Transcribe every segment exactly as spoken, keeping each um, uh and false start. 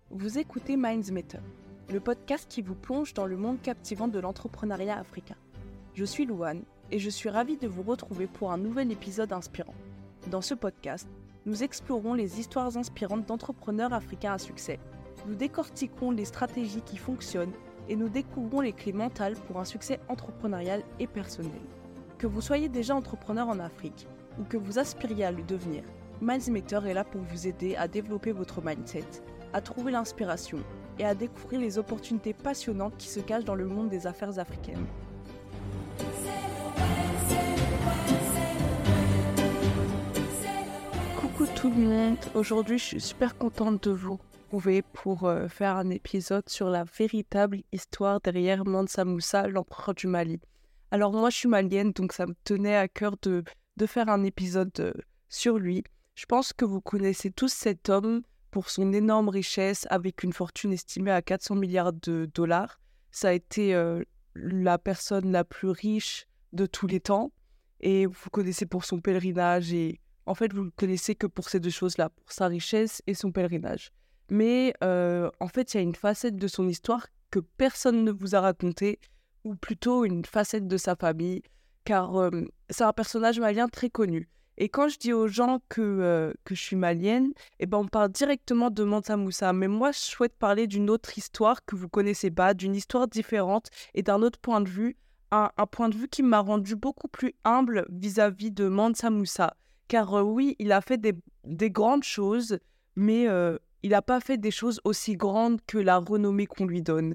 Vous écoutez Minds Matter, le podcast qui vous plonge dans le monde captivant de l'entrepreneuriat africain. Je suis Louane et je suis ravie de vous retrouver pour un nouvel épisode inspirant. Dans ce podcast, nous explorons les histoires inspirantes d'entrepreneurs africains à succès. Nous décortiquons les stratégies qui fonctionnent et nous découvrons les clés mentales pour un succès entrepreneurial et personnel. Que vous soyez déjà entrepreneur en Afrique ou que vous aspiriez à le devenir, Minds Matter est là pour vous aider à développer votre mindset, à trouver l'inspiration et à découvrir les opportunités passionnantes qui se cachent dans le monde des affaires africaines. Coucou tout le monde, aujourd'hui je suis super contente de vous retrouver pour euh, faire un épisode sur la véritable histoire derrière Mansa Moussa, l'empereur du Mali. Alors moi je suis malienne, donc ça me tenait à cœur de, de faire un épisode euh, sur lui. Je pense que vous connaissez tous cet homme pour son énorme richesse avec une fortune estimée à quatre cents milliards de dollars. Ça a été euh, la personne la plus riche de tous les temps. Et vous le connaissez pour son pèlerinage. Et en fait, vous le connaissez que pour ces deux choses-là, pour sa richesse et son pèlerinage. Mais euh, en fait, il y a une facette de son histoire que personne ne vous a racontée, ou plutôt une facette de sa famille, car euh, c'est un personnage malien très connu. Et quand je dis aux gens que, euh, que je suis malienne, eh ben on parle directement de Mansa Moussa. Mais moi, je souhaite parler d'une autre histoire que vous ne connaissez pas, d'une histoire différente et d'un autre point de vue. Un, un point de vue qui m'a rendu beaucoup plus humble vis-à-vis de Mansa Moussa. Car euh, oui, il a fait des, des grandes choses, mais euh, il n'a pas fait des choses aussi grandes que la renommée qu'on lui donne.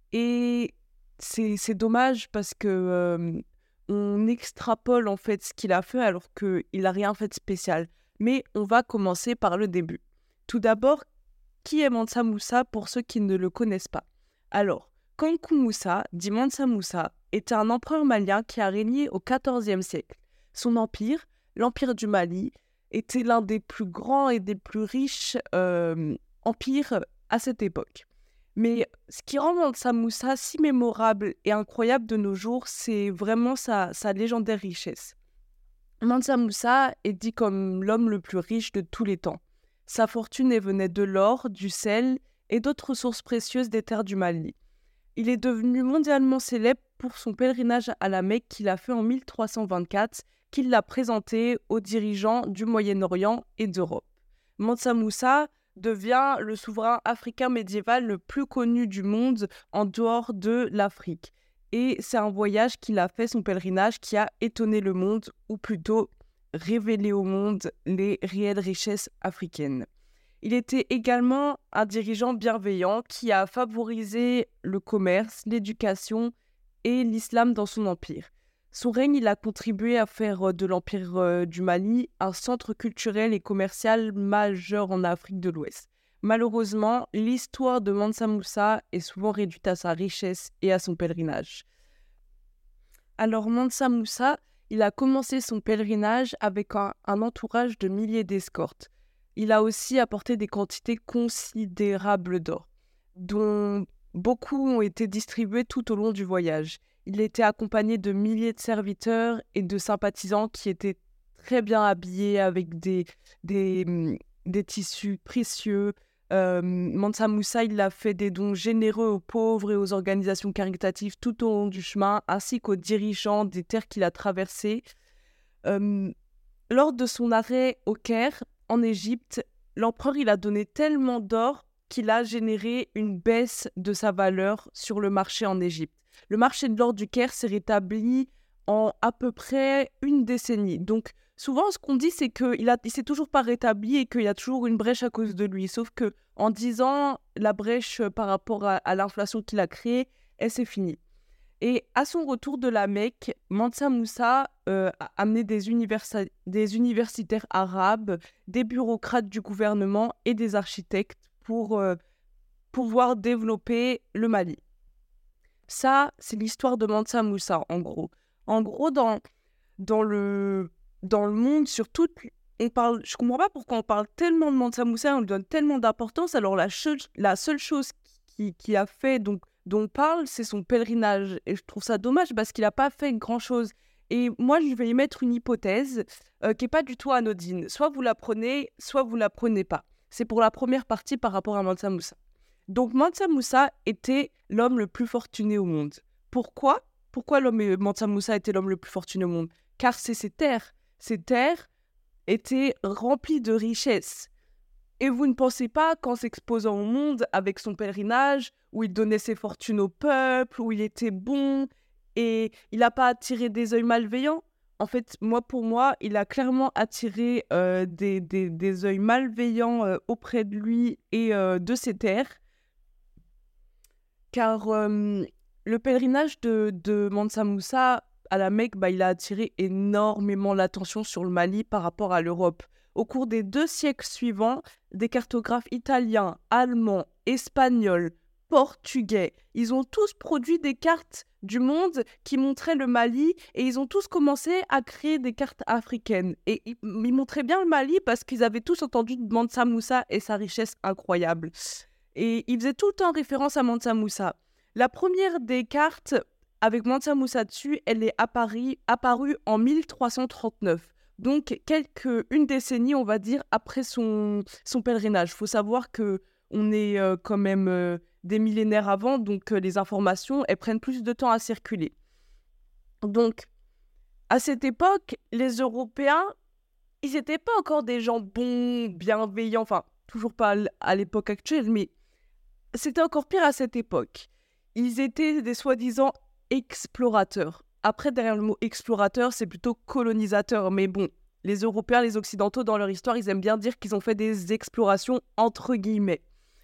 Et c'est, c'est dommage parce que... Euh, on extrapole en fait ce qu'il a fait alors qu'il n'a rien fait de spécial. Mais on va commencer par le début. Tout d'abord, qui est Mansa Moussa pour ceux qui ne le connaissent pas? Alors, Kankou Moussa, dit Mansa Moussa, était un empereur malien qui a régné au quatorzième siècle. Son empire, l'empire du Mali, était l'un des plus grands et des plus riches euh, empires à cette époque. Mais ce qui rend Mansa Moussa si mémorable et incroyable de nos jours, c'est vraiment sa, sa légendaire richesse. Mansa Moussa est dit comme l'homme le plus riche de tous les temps. Sa fortune venait de l'or, du sel et d'autres ressources précieuses des terres du Mali. Il est devenu mondialement célèbre pour son pèlerinage à la Mecque qu'il a fait en mille trois cent vingt-quatre, qu'il a présenté aux dirigeants du Moyen-Orient et d'Europe. Mansa Moussa devient le souverain africain médiéval le plus connu du monde en dehors de l'Afrique. Et c'est un voyage qu'il a fait, son pèlerinage, qui a étonné le monde, ou plutôt révélé au monde les réelles richesses africaines. Il était également un dirigeant bienveillant qui a favorisé le commerce, l'éducation et l'islam dans son empire. Son règne, il a contribué à faire de l'Empire euh, du Mali un centre culturel et commercial majeur en Afrique de l'Ouest. Malheureusement, l'histoire de Mansa Moussa est souvent réduite à sa richesse et à son pèlerinage. Alors Mansa Moussa, il a commencé son pèlerinage avec un, un entourage de milliers d'escortes. Il a aussi apporté des quantités considérables d'or, dont beaucoup ont été distribués tout au long du voyage. Il était accompagné de milliers de serviteurs et de sympathisants qui étaient très bien habillés avec des, des, des tissus précieux. Euh, Mansa Moussa, il a fait des dons généreux aux pauvres et aux organisations caritatives tout au long du chemin, ainsi qu'aux dirigeants des terres qu'il a traversées. Euh, lors de son arrêt au Caire, en Égypte, l'empereur il a donné tellement d'or qu'il a généré une baisse de sa valeur sur le marché en Égypte. Le marché de l'or du Caire s'est rétabli en à peu près une décennie. Donc, souvent, ce qu'on dit, c'est qu'il ne s'est toujours pas rétabli et qu'il y a toujours une brèche à cause de lui. Sauf qu'en dix ans, la brèche par rapport à, à l'inflation qu'il a créée, elle s'est finie. Et à son retour de la Mecque, Mansa Moussa euh, a amené des, universi- des universitaires arabes, des bureaucrates du gouvernement et des architectes pour euh, pouvoir développer le Mali. Ça, c'est l'histoire de Mansa Moussa, en gros. En gros, dans, dans, le, dans le monde, surtout, on parle, je ne comprends pas pourquoi on parle tellement de Mansa Moussa, on lui donne tellement d'importance. Alors, la, che- la seule chose qu'il qui a fait, donc, dont on parle, c'est son pèlerinage. Et je trouve ça dommage parce qu'il n'a pas fait grand-chose. Et moi, je vais y mettre une hypothèse euh, qui n'est pas du tout anodine. Soit vous la prenez, soit vous ne la prenez pas. C'est pour la première partie par rapport à Mansa Moussa. Donc Mansa Musa était l'homme le plus fortuné au monde. Pourquoi Pourquoi l'homme euh, Mansa Musa était l'homme le plus fortuné au monde? Car c'est ses terres. Ses terres étaient remplies de richesses. Et vous ne pensez pas qu'en s'exposant au monde avec son pèlerinage, où il donnait ses fortunes au peuple, où il était bon, et il n'a pas attiré des œils malveillants? En fait, moi, pour moi, il a clairement attiré euh, des, des, des œils malveillants euh, auprès de lui et euh, de ses terres, car euh, le pèlerinage de, de Mansa Musa à la Mecque, bah, il a attiré énormément l'attention sur le Mali par rapport à l'Europe. Au cours des deux siècles suivants, des cartographes italiens, allemands, espagnols, portugais, ils ont tous produit des cartes du monde qui montraient le Mali et ils ont tous commencé à créer des cartes africaines. Et ils, ils montraient bien le Mali parce qu'ils avaient tous entendu de Mansa Musa et sa richesse incroyable. Et ils faisaient tout le temps référence à Mansa Musa. La première des cartes avec Mansa Musa dessus, elle est apparue, apparue en mille trois cent trente-neuf. Donc, quelques, une décennie, on va dire, après son, son pèlerinage. Il faut savoir qu'on est euh, quand même euh, des millénaires avant, donc euh, les informations, elles prennent plus de temps à circuler. Donc, à cette époque, les Européens, ils n'étaient pas encore des gens bons, bienveillants, enfin, toujours pas à l'époque actuelle, mais c'était encore pire à cette époque. Ils étaient des soi-disant explorateurs. Après, derrière le mot explorateur, c'est plutôt colonisateur. Mais bon, les Européens, les Occidentaux, dans leur histoire, ils aiment bien dire qu'ils ont fait des explorations entre guillemets.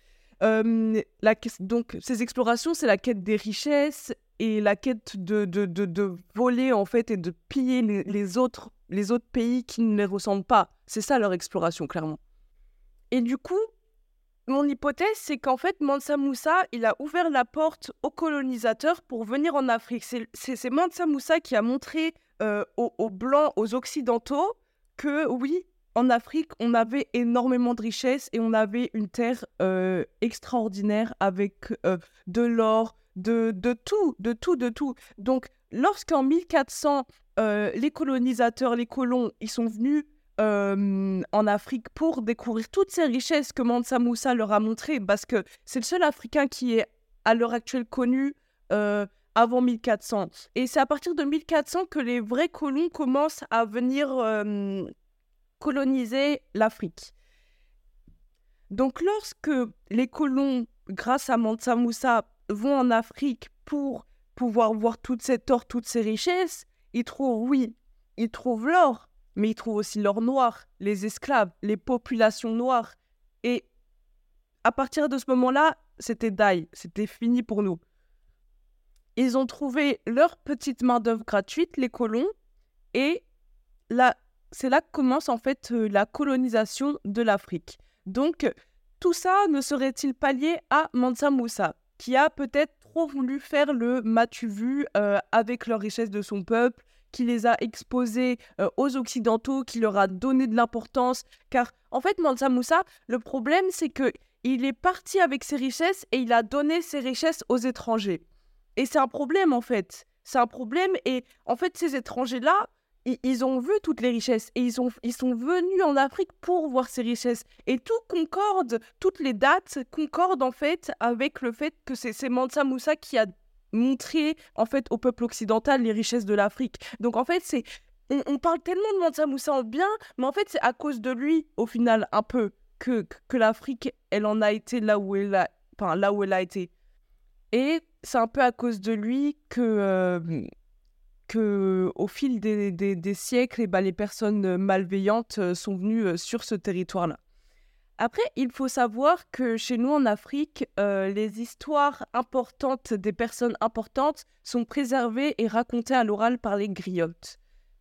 Euh, la, donc, ces explorations, c'est la quête des richesses et la quête de, de, de, de voler, en fait, et de piller les, les, autres, les autres pays qui ne les ressemblent pas. C'est ça leur exploration, clairement. Et du coup, mon hypothèse, c'est qu'en fait, Mansa Musa, il a ouvert la porte aux colonisateurs pour venir en Afrique. C'est, c'est, c'est Mansa Musa qui a montré euh, aux, aux Blancs, aux Occidentaux, que oui, en Afrique, on avait énormément de richesses et on avait une terre euh, extraordinaire avec euh, de l'or, de, de tout, de tout, de tout. Donc, lorsqu'en mille quatre cents, euh, les colonisateurs, les colons, ils sont venus Euh, en Afrique pour découvrir toutes ces richesses que Mansa Musa leur a montrées, parce que c'est le seul Africain qui est à l'heure actuelle connu euh, avant mille quatre cents. Et c'est à partir de mille quatre cents que les vrais colons commencent à venir euh, coloniser l'Afrique. Donc lorsque les colons, grâce à Mansa Musa, vont en Afrique pour pouvoir voir toute cette or, toutes ces richesses, ils trouvent, oui, ils trouvent l'or, mais ils trouvent aussi l'or noir, les esclaves, les populations noires. Et à partir de ce moment-là, c'était die, c'était fini pour nous. Ils ont trouvé leur petite main-d'œuvre gratuite, les colons, et là, c'est là que commence en fait euh, la colonisation de l'Afrique. Donc, tout ça ne serait-il pas lié à Mansa Musa, qui a peut-être trop voulu faire le m'as-tu vu euh, avec leur richesse de son peuple, qui les a exposés euh, aux Occidentaux, qui leur a donné de l'importance. Car en fait, Mansa Musa, le problème, c'est qu'il est parti avec ses richesses et il a donné ses richesses aux étrangers. Et c'est un problème, en fait. C'est un problème. Et en fait, ces étrangers-là, ils, ils ont vu toutes les richesses et ils, ont, ils sont venus en Afrique pour voir ces richesses. Et tout concorde, toutes les dates concordent, en fait, avec le fait que c'est, c'est Mansa Musa qui a montrer en fait au peuple occidental les richesses de l'Afrique. Donc en fait, c'est on, on parle tellement de Mansa Musa en bien, mais en fait, c'est à cause de lui au final un peu que que l'Afrique, elle en a été là où elle a enfin là où elle a été. Et c'est un peu à cause de lui que euh, que au fil des, des, des siècles, et ben, les personnes malveillantes sont venues sur ce territoire-là. Après, il faut savoir que chez nous en Afrique, euh, les histoires importantes des personnes importantes sont préservées et racontées à l'oral par les griottes.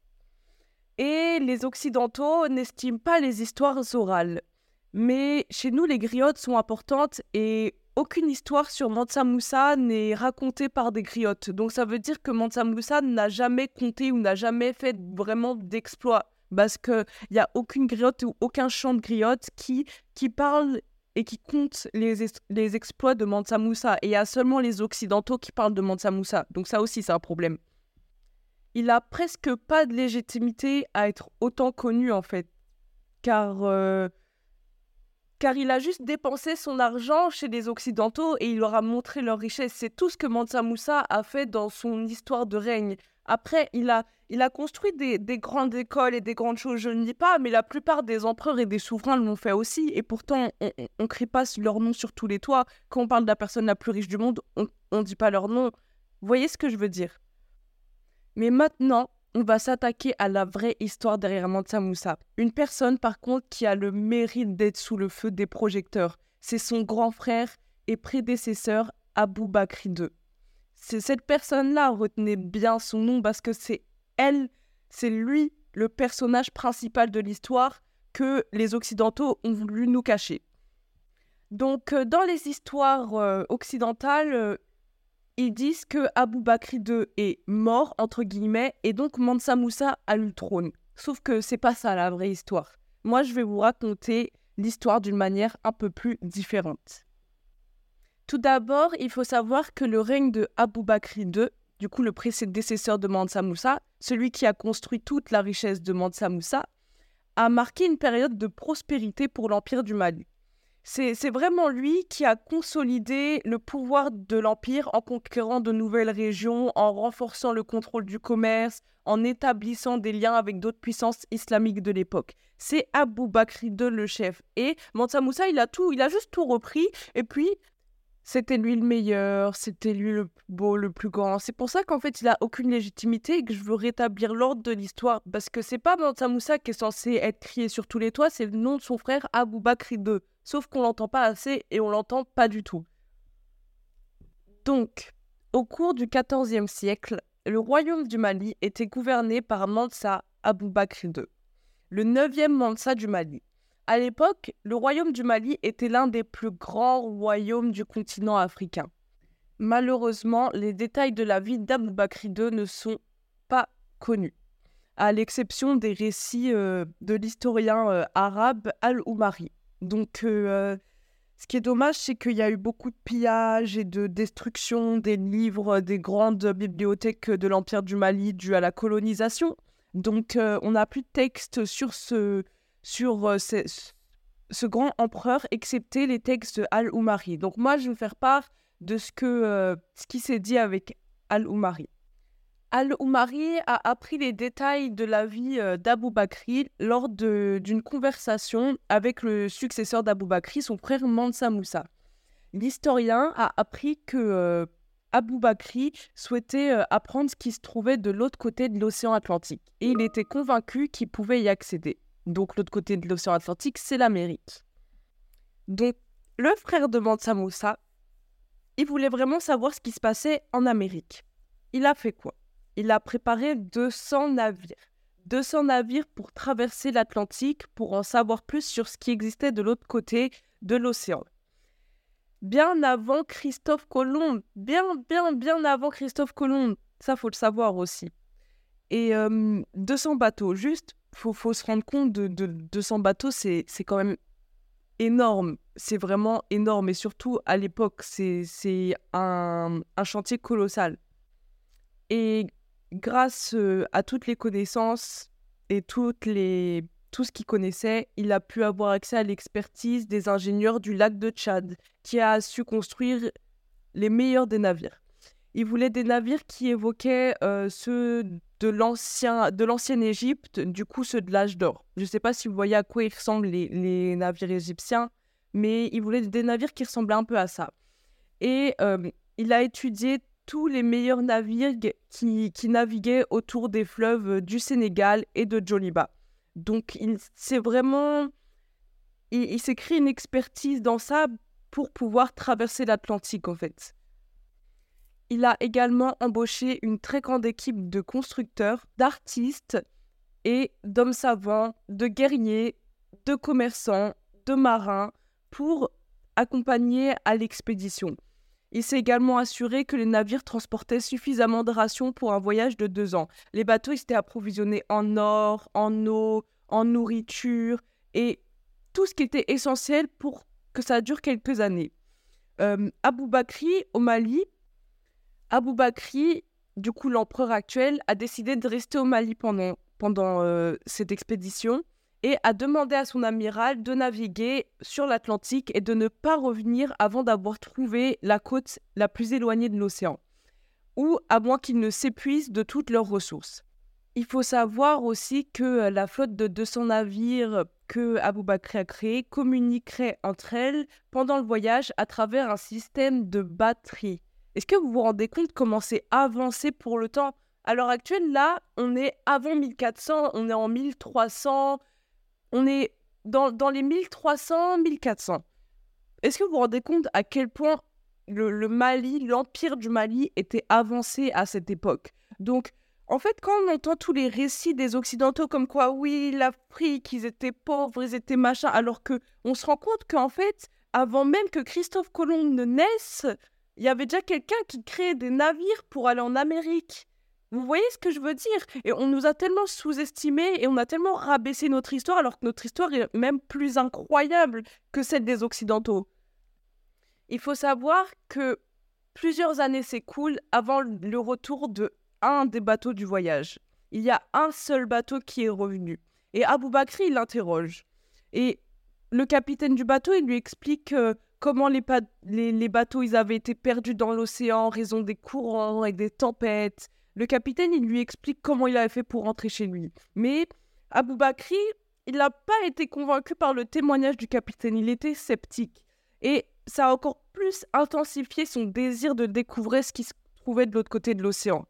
Et les Occidentaux n'estiment pas les histoires orales. Mais chez nous, les griottes sont importantes et aucune histoire sur Mansa Musa n'est racontée par des griottes. Donc ça veut dire que Mansa Musa n'a jamais compté ou n'a jamais fait vraiment d'exploits. Parce qu'il n'y a aucune griotte ou aucun champ de griotte qui, qui parle et qui compte les, les exploits de Mansa Musa. Et il y a seulement les Occidentaux qui parlent de Mansa Musa. Donc ça aussi, c'est un problème. Il n'a presque pas de légitimité à être autant connu, en fait. Car, euh, car il a juste dépensé son argent chez les Occidentaux et il leur a montré leur richesse. C'est tout ce que Mansa Musa a fait dans son histoire de règne. Après, il a, il a construit des, des grandes écoles et des grandes choses, je ne dis pas, mais la plupart des empereurs et des souverains l'ont fait aussi. Et pourtant, on ne crie pas leur nom sur tous les toits. Quand on parle de la personne la plus riche du monde, on ne dit pas leur nom. Vous voyez ce que je veux dire? Mais maintenant, on va s'attaquer à la vraie histoire derrière Mansa Musa. Une personne, par contre, qui a le mérite d'être sous le feu des projecteurs. C'est son grand frère et prédécesseur, Abou Bakri deux. C'est cette personne-là, retenez bien son nom, parce que c'est elle, c'est lui, le personnage principal de l'histoire que les Occidentaux ont voulu nous cacher. Donc, euh, dans les histoires euh, occidentales, euh, ils disent que Abou Bakri deux est mort, entre guillemets, et donc Mansa Musa a eu le trône. Sauf que c'est pas ça la vraie histoire. Moi, je vais vous raconter l'histoire d'une manière un peu plus différente. Tout d'abord, il faut savoir que le règne de Abou Bakri deux, du coup le prédécesseur de Mansa Musa, celui qui a construit toute la richesse de Mansa Musa, a marqué une période de prospérité pour l'Empire du Mali. C'est, c'est vraiment lui qui a consolidé le pouvoir de l'Empire en conquérant de nouvelles régions, en renforçant le contrôle du commerce, en établissant des liens avec d'autres puissances islamiques de l'époque. C'est Abou Bakri deux le chef. Et Mansa Musa, il a, tout, il a juste tout repris. Et puis, c'était lui le meilleur, c'était lui le plus beau, le plus grand. C'est pour ça qu'en fait, il n'a aucune légitimité et que je veux rétablir l'ordre de l'histoire. Parce que c'est pas Mansa Musa qui est censé être crié sur tous les toits, c'est le nom de son frère Abou Bakri deux. Sauf qu'on l'entend pas assez et on l'entend pas du tout. Donc, au cours du quatorzième siècle, le royaume du Mali était gouverné par Mansa Abou Bakri deux, le neuvième Mansa du Mali. À l'époque, le royaume du Mali était l'un des plus grands royaumes du continent africain. Malheureusement, les détails de la vie d'Abou Bakri deux ne sont pas connus, à l'exception des récits euh, de l'historien euh, arabe Al-Oumari. Donc, euh, ce qui est dommage, c'est qu'il y a eu beaucoup de pillages et de destruction des livres, des grandes bibliothèques de l'Empire du Mali dues à la colonisation. Donc, euh, on n'a plus de texte sur ce... sur euh, ce, ce grand empereur, excepté les textes de Al-Oumari. Donc moi, je vais faire part de ce, que, euh, ce qui s'est dit avec Al-Oumari. Al-Oumari a appris les détails de la vie euh, d'Abou Bakri lors de, d'une conversation avec le successeur d'Abou Bakri, son frère Mansa Musa. L'historien a appris que euh, Abou Bakri souhaitait euh, apprendre ce qui se trouvait de l'autre côté de l'océan Atlantique. Et il était convaincu qu'il pouvait y accéder. Donc, l'autre côté de l'océan Atlantique, c'est l'Amérique. Donc, le frère de Mansa Musa, il voulait vraiment savoir ce qui se passait en Amérique. Il a fait quoi? Il a préparé deux cents navires. deux cents navires pour traverser l'Atlantique, pour en savoir plus sur ce qui existait de l'autre côté de l'océan. Bien avant Christophe Colomb, bien, bien, bien avant Christophe Colomb, ça, faut le savoir aussi. Et euh, deux cents bateaux, juste... Il faut, faut se rendre compte de, de deux cents bateaux, c'est, c'est quand même énorme. C'est vraiment énorme. Et surtout, à l'époque, c'est, c'est un, un chantier colossal. Et grâce euh, à toutes les connaissances et toutes les, tout ce qu'il connaissait, il a pu avoir accès à l'expertise des ingénieurs du lac de Tchad, qui a su construire les meilleurs des navires. Il voulait des navires qui évoquaient euh, ceux de, l'ancien, de l'ancienne Égypte, du coup ceux de l'âge d'or. Je ne sais pas si vous voyez à quoi ils ressemblent les, les navires égyptiens, mais il voulait des navires qui ressemblaient un peu à ça. Et euh, il a étudié tous les meilleurs navires qui, qui naviguaient autour des fleuves du Sénégal et de Djoliba. Donc il, c'est vraiment... Il, il s'est créé une expertise dans ça pour pouvoir traverser l'Atlantique en fait. Il a également embauché une très grande équipe de constructeurs, d'artistes et d'hommes savants, de guerriers, de commerçants, de marins pour accompagner à l'expédition. Il s'est également assuré que les navires transportaient suffisamment de rations pour un voyage de deux ans. Les bateaux étaient approvisionnés en or, en eau, en nourriture et tout ce qui était essentiel pour que ça dure quelques années. Euh, Abou Bakri, au Mali, Abou Bakri, du coup l'empereur actuel, a décidé de rester au Mali pendant, pendant euh, cette expédition et a demandé à son amiral de naviguer sur l'Atlantique et de ne pas revenir avant d'avoir trouvé la côte la plus éloignée de l'océan, ou à moins qu'ils ne s'épuisent de toutes leurs ressources. Il faut savoir aussi que la flotte de deux cents navires que Aboubakri a créé communiquerait entre elles pendant le voyage à travers un système de batterie. Est-ce que vous vous rendez compte comment c'est avancé pour le temps? À l'heure actuelle, là, on est avant mille quatre cents, on est en mille trois cents, on est dans, dans les mille trois cents, mille quatre cents. Est-ce que vous vous rendez compte à quel point le, le Mali, l'empire du Mali était avancé à cette époque? Donc, en fait, quand on entend tous les récits des Occidentaux comme quoi, oui, l'Afrique, ils étaient pauvres, ils étaient machin, alors qu'on se rend compte qu'en fait, avant même que Christophe Colomb ne naisse, il y avait déjà quelqu'un qui créait des navires pour aller en Amérique. Vous voyez ce que je veux dire? Et on nous a tellement sous-estimés et on a tellement rabaissé notre histoire, alors que notre histoire est même plus incroyable que celle des Occidentaux. Il faut savoir que plusieurs années s'écoulent avant le retour de un des bateaux du voyage. Il y a un seul bateau qui est revenu. Et Aboubakri, il l'interroge. Et le capitaine du bateau, il lui explique euh, comment les, pa- les, les bateaux ils avaient été perdus dans l'océan en raison des courants et des tempêtes. Le capitaine, il lui explique comment il avait fait pour rentrer chez lui. Mais Aboubakri, il n'a pas été convaincu par le témoignage du capitaine. Il était sceptique. Et ça a encore plus intensifié son désir de découvrir ce qui se trouvait de l'autre côté de l'océan.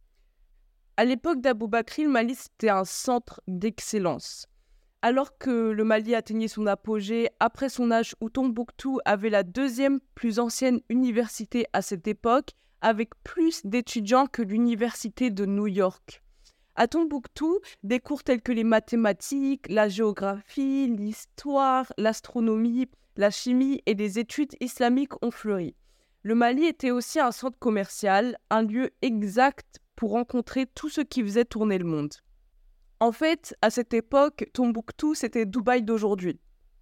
À l'époque d'Aboubakri, le Mali, c'était un centre d'excellence. Alors que le Mali atteignait son apogée, après son âge où Tombouctou avait la deuxième plus ancienne université à cette époque, avec plus d'étudiants que l'université de New York. À Tombouctou, des cours tels que les mathématiques, la géographie, l'histoire, l'astronomie, la chimie et les études islamiques ont fleuri. Le Mali était aussi un centre commercial, un lieu exact pour rencontrer tout ce qui faisait tourner le monde. En fait, à cette époque, Tombouctou, c'était Dubaï d'aujourd'hui.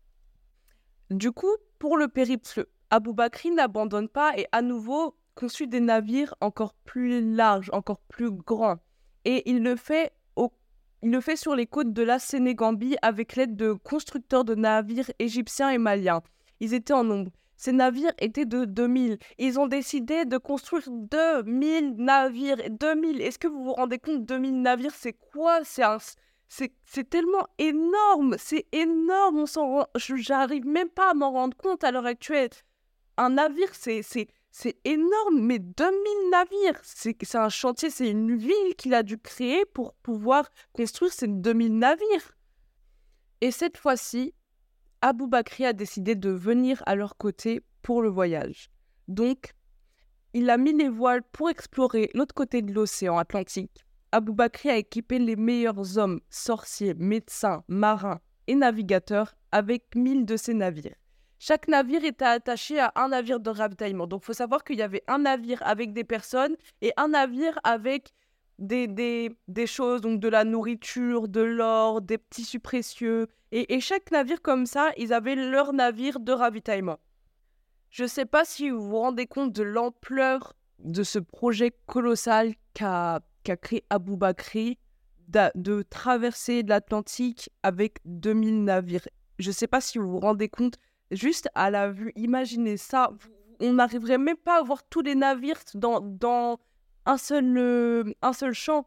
Du coup, pour le périple, Aboubakri n'abandonne pas et à nouveau conçut des navires encore plus larges, encore plus grands. Et il le fait, au... il le fait sur les côtes de la Sénégambie avec l'aide de constructeurs de navires égyptiens et maliens. Ils étaient en nombre. Ces navires étaient de deux mille. Ils ont décidé de construire deux mille navires. deux mille, est-ce que vous vous rendez compte, deux mille navires, c'est quoi? C'est un... C'est, c'est tellement énorme, c'est énorme, on s'en rend... Je, j'arrive même pas à m'en rendre compte à l'heure actuelle. Un navire, c'est, c'est, c'est énorme, mais deux mille navires, c'est, c'est un chantier, c'est une ville qu'il a dû créer pour pouvoir construire ces deux mille navires. Et cette fois-ci, Aboubakri a décidé de venir à leur côté pour le voyage. Donc, il a mis les voiles pour explorer l'autre côté de l'océan Atlantique. Aboubakri a équipé les meilleurs hommes, sorciers, médecins, marins et navigateurs avec mille de ces navires. Chaque navire était attaché à un navire de ravitaillement. Donc, il faut savoir qu'il y avait un navire avec des personnes et un navire avec des, des, des choses, donc de la nourriture, de l'or, des tissus précieux. Et, et chaque navire comme ça, ils avaient leur navire de ravitaillement. Je ne sais pas si vous vous rendez compte de l'ampleur de ce projet colossal qu'a, qu'a créé Aboubakri, de, de traverser l'Atlantique avec deux mille navires. Je ne sais pas si vous vous rendez compte, juste à la vue, imaginez ça, on n'arriverait même pas à voir tous les navires dans, dans un, seul, euh, un seul champ.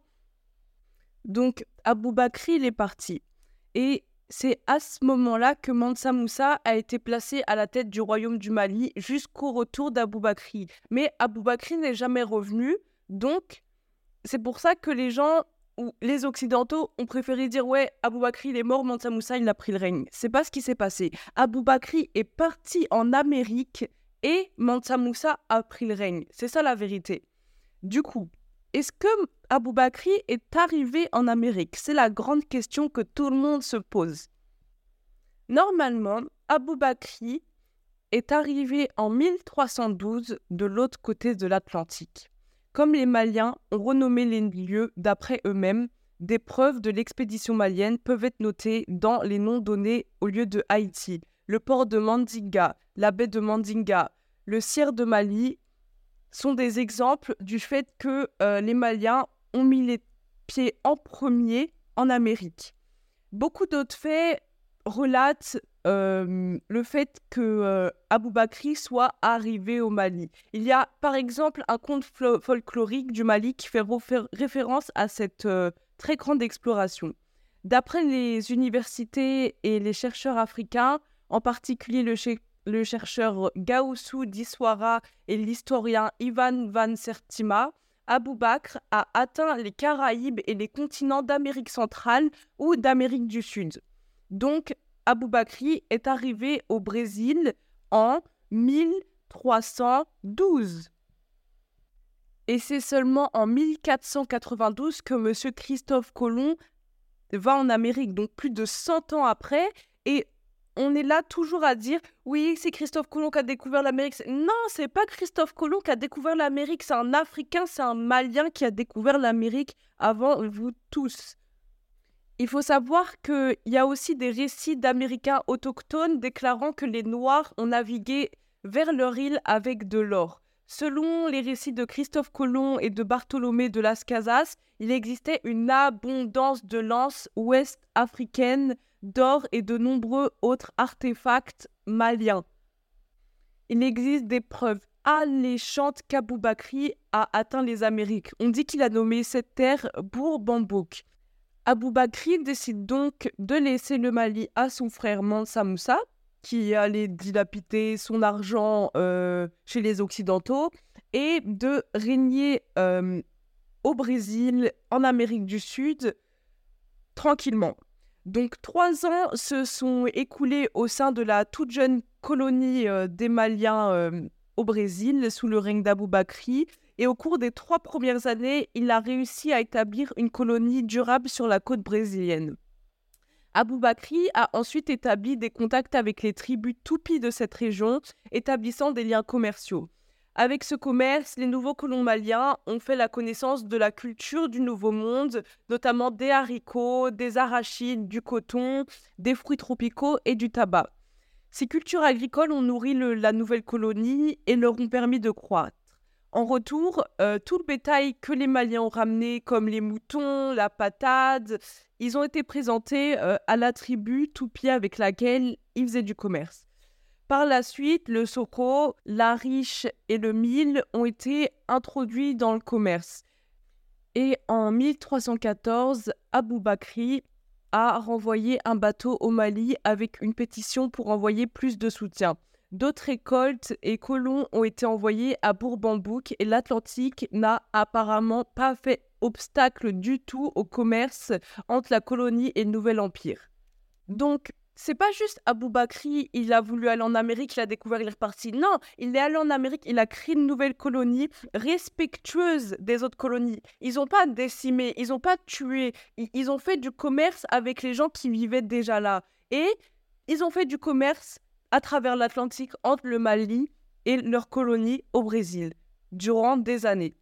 Donc, Aboubakri, il est parti. Et c'est à ce moment-là que Mansa Moussa a été placé à la tête du royaume du Mali jusqu'au retour d'Aboubakri. Mais Aboubakri n'est jamais revenu, donc c'est pour ça que les gens, ou les Occidentaux, ont préféré dire « Ouais, Aboubakri il est mort, Mansa Moussa il a pris le règne ». C'est pas ce qui s'est passé. Aboubakri est parti en Amérique et Mansa Moussa a pris le règne. C'est ça la vérité. Du coup, est-ce que Aboubakri est arrivé en Amérique? C'est la grande question que tout le monde se pose. Normalement, Aboubakri est arrivé en mille trois cent douze de l'autre côté de l'Atlantique. Comme les Maliens ont renommé les lieux d'après eux-mêmes, des preuves de l'expédition malienne peuvent être notées dans les noms donnés au lieu de Haïti, le port de Mandinga, la baie de Mandinga, le Sierre de Mali, sont des exemples du fait que euh, les Maliens ont mis les pieds en premier en Amérique. Beaucoup d'autres faits relatent euh, le fait que euh, Aboubakri soit arrivé au Mali. Il y a par exemple un conte flo- folklorique du Mali qui fait refaire- référence à cette euh, très grande exploration. D'après les universités et les chercheurs africains, en particulier le, che- le chercheur Gaussou Diswara et l'historien Ivan Van Sertima, Aboubakr a atteint les Caraïbes et les continents d'Amérique centrale ou d'Amérique du Sud. Donc, Aboubakri est arrivé au Brésil en mille trois cent douze. Et c'est seulement en mille quatre cent quatre-vingt-douze que M. Christophe Colomb va en Amérique, donc plus de cent ans après. Et on est là toujours à dire « Oui, c'est Christophe Colomb qui a découvert l'Amérique. » Non, c'est pas Christophe Colomb qui a découvert l'Amérique, c'est un Africain, c'est un Malien qui a découvert l'Amérique avant vous tous. Il faut savoir qu'il y a aussi des récits d'Américains autochtones déclarant que les Noirs ont navigué vers leur île avec de l'or. Selon les récits de Christophe Colomb et de Bartholomé de Las Casas, il existait une abondance de lances ouest-africaines, d'or et de nombreux autres artefacts maliens. Il existe des preuves alléchantes qu'Aboubakri a atteint les Amériques. On dit qu'il a nommé cette terre Bour-Bambouk. Aboubakri décide donc de laisser le Mali à son frère Mansa Moussa, qui allait dilapider son argent euh, chez les Occidentaux, et de régner euh, au Brésil, en Amérique du Sud, tranquillement. Donc trois ans se sont écoulés au sein de la toute jeune colonie euh, des Maliens euh, au Brésil, sous le règne d'Aboubakri. Et au cours des trois premières années, il a réussi à établir une colonie durable sur la côte brésilienne. Aboubakri a ensuite établi des contacts avec les tribus Tupi de cette région, établissant des liens commerciaux. Avec ce commerce, les nouveaux colons maliens ont fait la connaissance de la culture du Nouveau Monde, notamment des haricots, des arachides, du coton, des fruits tropicaux et du tabac. Ces cultures agricoles ont nourri le, la nouvelle colonie et leur ont permis de croître. En retour, euh, tout le bétail que les Maliens ont ramené, comme les moutons, la patate, ils ont été présentés euh, à la tribu Tupi avec laquelle ils faisaient du commerce. Par la suite, le soko, la riche et le mil ont été introduits dans le commerce. Et en mille trois cent quatorze, Aboubakri a renvoyé un bateau au Mali avec une pétition pour envoyer plus de soutien. D'autres récoltes et colons ont été envoyés à Bour-Bambouk et l'Atlantique n'a apparemment pas fait obstacle du tout au commerce entre la colonie et le Nouvel Empire. Donc, c'est pas juste Aboubakri, il a voulu aller en Amérique, il a découvert, il est reparti. Non, il est allé en Amérique, il a créé une nouvelle colonie respectueuse des autres colonies. Ils n'ont pas décimé, ils n'ont pas tué, ils ont fait du commerce avec les gens qui vivaient déjà là. Et ils ont fait du commerce à travers l'Atlantique entre le Mali et leur colonie au Brésil, durant des années.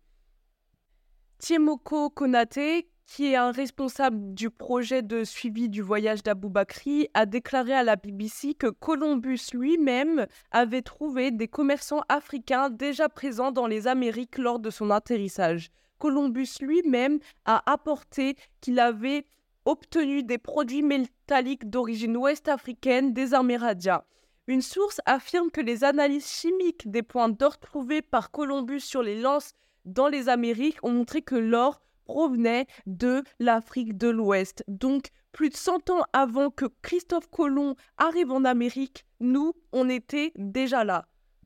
Tiemoko Konaté, qui est un responsable du projet de suivi du voyage d'Aboubakri, a déclaré à la B B C que Columbus lui-même avait trouvé des commerçants africains déjà présents dans les Amériques lors de son atterrissage. Columbus lui-même a apporté qu'il avait obtenu des produits métalliques d'origine ouest-africaine des Amérindiens. Une source affirme que les analyses chimiques des points d'or trouvés par Columbus sur les lances dans les Amériques ont montré que l'or provenait de l'Afrique de l'Ouest. Donc, plus de cent ans avant que Christophe Colomb arrive en Amérique, nous, on était déjà là.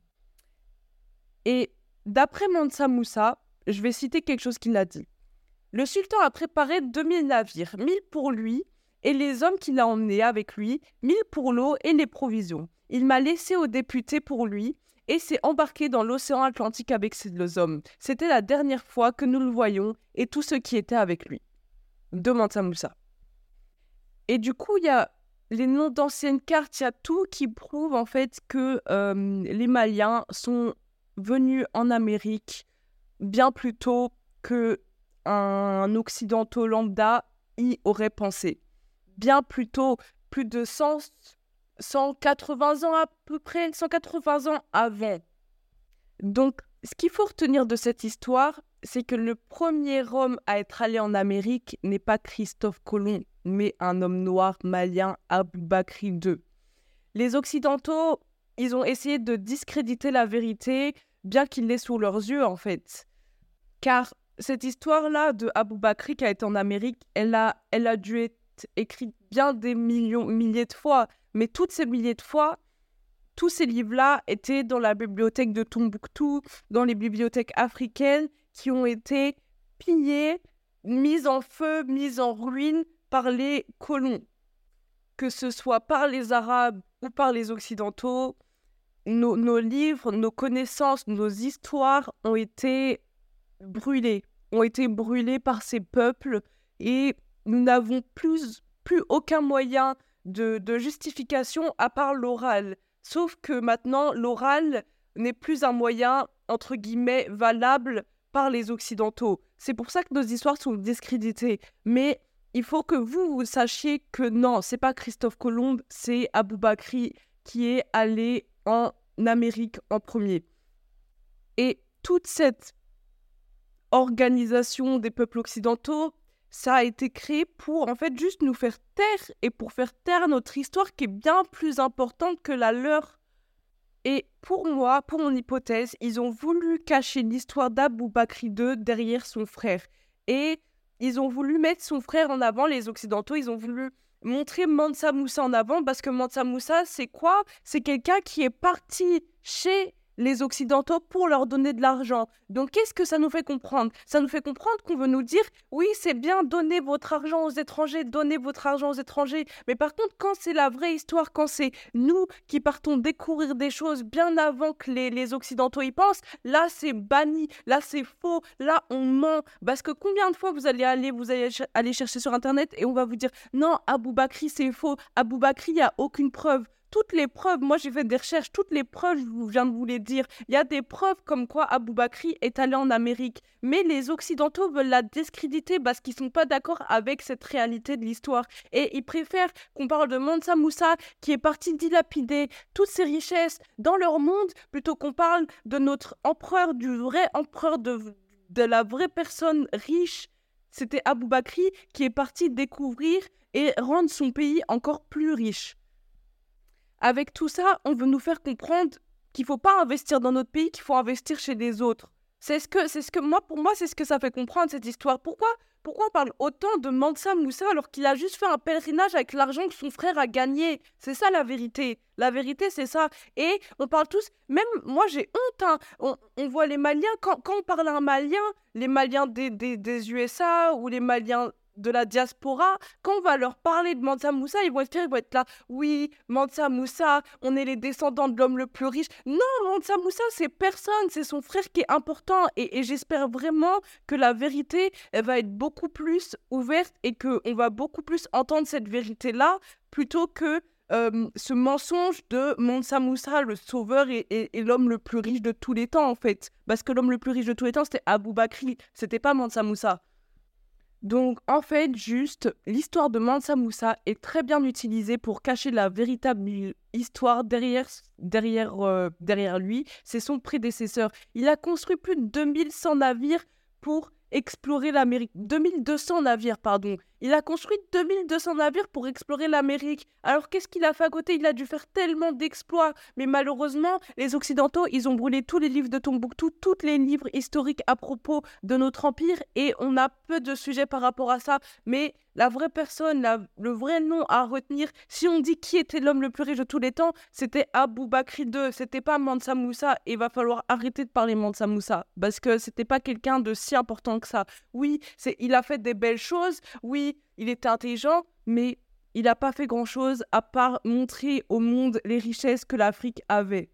Et d'après Mansa Moussa, je vais citer quelque chose qu'il a dit. Le sultan a préparé deux mille navires, mille pour lui et les hommes qu'il a emmenés avec lui, mille pour l'eau et les provisions. Il m'a laissé aux députés pour lui et s'est embarqué dans l'océan Atlantique avec ses hommes. C'était la dernière fois que nous le voyions et tous ceux qui étaient avec lui. De Mansa Moussa. Et du coup, il y a les noms d'anciennes cartes, il y a tout qui prouve en fait que euh, les Maliens sont venus en Amérique bien plus tôt qu'un occidentaux lambda y aurait pensé. Bien plus tôt, plus de cent, cent quatre-vingts ans à peu près, cent quatre-vingts ans avant. Donc, ce qu'il faut retenir de cette histoire, c'est que le premier homme à être allé en Amérique n'est pas Christophe Colomb, mais un homme noir malien, Aboubakry deux. Les Occidentaux, ils ont essayé de discréditer la vérité, bien qu'il l'ait sous leurs yeux, en fait. Car cette histoire-là de Aboubakry qui a été en Amérique, elle a, elle a dû être écrite bien des millions, milliers de fois. Mais toutes ces milliers de fois, tous ces livres-là étaient dans la bibliothèque de Tombouctou, dans les bibliothèques africaines, qui ont été pillées, mises en feu, mises en ruine par les colons. Que ce soit par les Arabes ou par les Occidentaux, nos, nos livres, nos connaissances, nos histoires ont été brûlés, ont été brûlés par ces peuples et nous n'avons plus, plus aucun moyen de, de justification à part l'oral. Sauf que maintenant, l'oral n'est plus un moyen, entre guillemets, valable par les Occidentaux. C'est pour ça que nos histoires sont discréditées. Mais il faut que vous, vous sachiez que non, c'est pas Christophe Colomb, c'est Aboubakry qui est allé en Amérique en premier. Et toute cette organisation des peuples occidentaux, ça a été créé pour en fait juste nous faire taire et pour faire taire notre histoire qui est bien plus importante que la leur. Et pour moi, pour mon hypothèse, ils ont voulu cacher l'histoire d'Aboubakry deux derrière son frère. Et ils ont voulu mettre son frère en avant, les Occidentaux, ils ont voulu montrer Mansa Moussa en avant parce que Mansa Moussa, c'est quoi? C'est quelqu'un qui est parti chez les Occidentaux pour leur donner de l'argent. Donc, qu'est-ce que ça nous fait comprendre? Ça nous fait comprendre qu'on veut nous dire, oui, c'est bien, donnez votre argent aux étrangers, donnez votre argent aux étrangers. Mais par contre, quand c'est la vraie histoire, quand c'est nous qui partons découvrir des choses bien avant que les, les Occidentaux y pensent, là, c'est banni, là, c'est faux, là, on ment. Parce que combien de fois vous allez aller, vous allez ch- aller chercher sur Internet et on va vous dire, non, Aboubakry, c'est faux, Aboubakry, il n'y a aucune preuve. Toutes les preuves, moi j'ai fait des recherches, toutes les preuves, je viens de vous les dire. Il y a des preuves comme quoi Aboubakry est allé en Amérique. Mais les Occidentaux veulent la discréditer parce qu'ils ne sont pas d'accord avec cette réalité de l'histoire. Et ils préfèrent qu'on parle de Mansa Moussa qui est parti dilapider toutes ses richesses dans leur monde plutôt qu'on parle de notre empereur, du vrai empereur, de, de la vraie personne riche. C'était Aboubakry qui est parti découvrir et rendre son pays encore plus riche. Avec tout ça, on veut nous faire comprendre qu'il ne faut pas investir dans notre pays, qu'il faut investir chez les autres. C'est ce que, c'est ce que moi, pour moi, c'est ce que ça fait comprendre, cette histoire. Pourquoi, pourquoi on parle autant de Mansa Moussa alors qu'il a juste fait un pèlerinage avec l'argent que son frère a gagné? C'est ça la vérité. La vérité, c'est ça. Et on parle tous, même moi j'ai honte, hein. on, on voit les Maliens, quand, quand on parle à un Malien, les Maliens des, des, des U S A ou les Maliens de la diaspora, quand on va leur parler de Mansa Moussa, ils vont être fiers, ils vont être là, oui, Mansa Moussa, on est les descendants de l'homme le plus riche. Non, Mansa Moussa, c'est personne, c'est son frère qui est important. Et, et j'espère vraiment que la vérité, elle va être beaucoup plus ouverte et qu'on va beaucoup plus entendre cette vérité-là plutôt que euh, ce mensonge de Mansa Moussa, le sauveur et, et, et l'homme le plus riche de tous les temps, en fait. Parce que l'homme le plus riche de tous les temps, c'était Aboubakry, c'était pas Mansa Moussa. Donc, en fait, juste, l'histoire de Mansa Moussa est très bien utilisée pour cacher la véritable histoire derrière, derrière, euh, derrière lui. C'est son prédécesseur. Il a construit plus de deux mille cent navires pour explorer l'Amérique. deux mille deux cents navires, pardon. Il a construit deux mille deux cents navires pour explorer l'Amérique. Alors, qu'est-ce qu'il a fait à côté? Il a dû faire tellement d'exploits. Mais malheureusement, les Occidentaux, ils ont brûlé tous les livres de Tombouctou, tous les livres historiques à propos de notre empire. Et on a peu de sujets par rapport à ça. Mais la vraie personne, la, le vrai nom à retenir, si on dit qui était l'homme le plus riche de tous les temps, c'était Aboubakry deux. C'était pas Mansa Moussa. Et il va falloir arrêter de parler Mansa Moussa. Parce que c'était pas quelqu'un de si important que ça. Oui, c'est, il a fait des belles choses. Oui, il était intelligent, mais il n'a pas fait grand-chose à part montrer au monde les richesses que l'Afrique avait.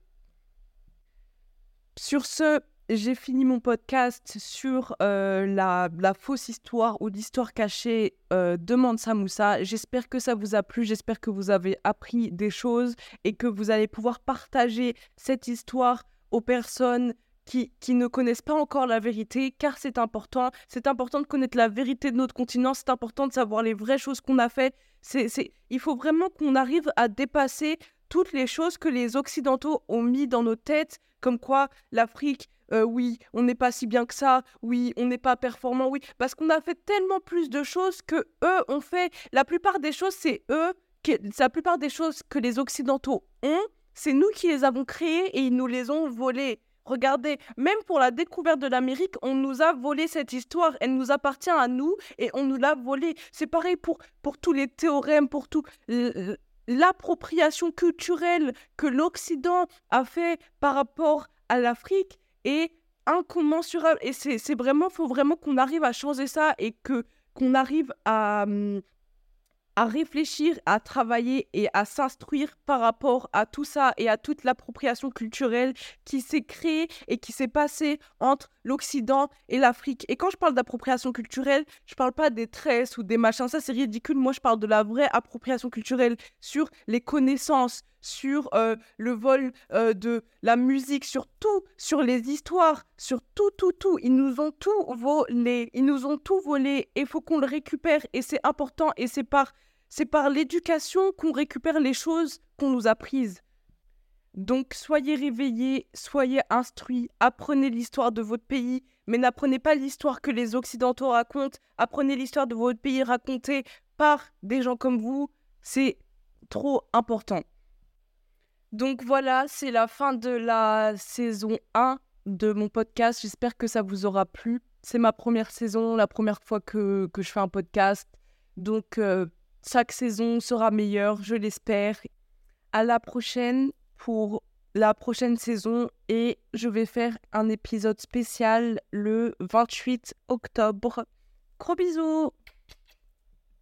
Sur ce, j'ai fini mon podcast sur euh, la, la fausse histoire ou l'histoire cachée euh, de Mansa Moussa. J'espère que ça vous a plu, j'espère que vous avez appris des choses et que vous allez pouvoir partager cette histoire aux personnes Qui, qui ne connaissent pas encore la vérité, car c'est important. C'est important de connaître la vérité de notre continent, c'est important de savoir les vraies choses qu'on a fait. C'est, c'est... Il faut vraiment qu'on arrive à dépasser toutes les choses que les Occidentaux ont mis dans nos têtes, comme quoi l'Afrique euh, oui, on n'est pas si bien que ça, oui, on n'est pas performant, oui, parce qu'on a fait tellement plus de choses que eux ont fait. La plupart des choses, c'est eux, qui, la plupart des choses que les Occidentaux ont, c'est nous qui les avons créées et ils nous les ont volées. Regardez, même pour la découverte de l'Amérique, on nous a volé cette histoire. Elle nous appartient à nous et on nous l'a volée. C'est pareil pour, pour tous les théorèmes, pour tout. l- L'appropriation culturelle que l'Occident a fait par rapport à l'Afrique est incommensurable. Et c'est, c'est vraiment, faut vraiment qu'on arrive à changer ça et que qu'on arrive à, hum, à réfléchir, à travailler et à s'instruire par rapport à tout ça et à toute l'appropriation culturelle qui s'est créée et qui s'est passée entre l'Occident et l'Afrique. Et quand je parle d'appropriation culturelle, je parle pas des tresses ou des machins, ça c'est ridicule. Moi, je parle de la vraie appropriation culturelle sur les connaissances, sur euh, le vol euh, de la musique, sur tout, sur les histoires, sur tout, tout, tout. Ils nous ont tout volé, ils nous ont tout volé et il faut qu'on le récupère et c'est important et c'est par, c'est par l'éducation qu'on récupère les choses qu'on nous a prises. Donc soyez réveillés, soyez instruits, apprenez l'histoire de votre pays, mais n'apprenez pas l'histoire que les Occidentaux racontent, apprenez l'histoire de votre pays racontée par des gens comme vous, c'est trop important. Donc voilà, c'est la fin de la saison un de mon podcast. J'espère que ça vous aura plu. C'est ma première saison, la première fois que, que je fais un podcast. Donc euh, chaque saison sera meilleure, je l'espère. À la prochaine pour la prochaine saison et je vais faire un épisode spécial le vingt-huit octobre. Gros bisous!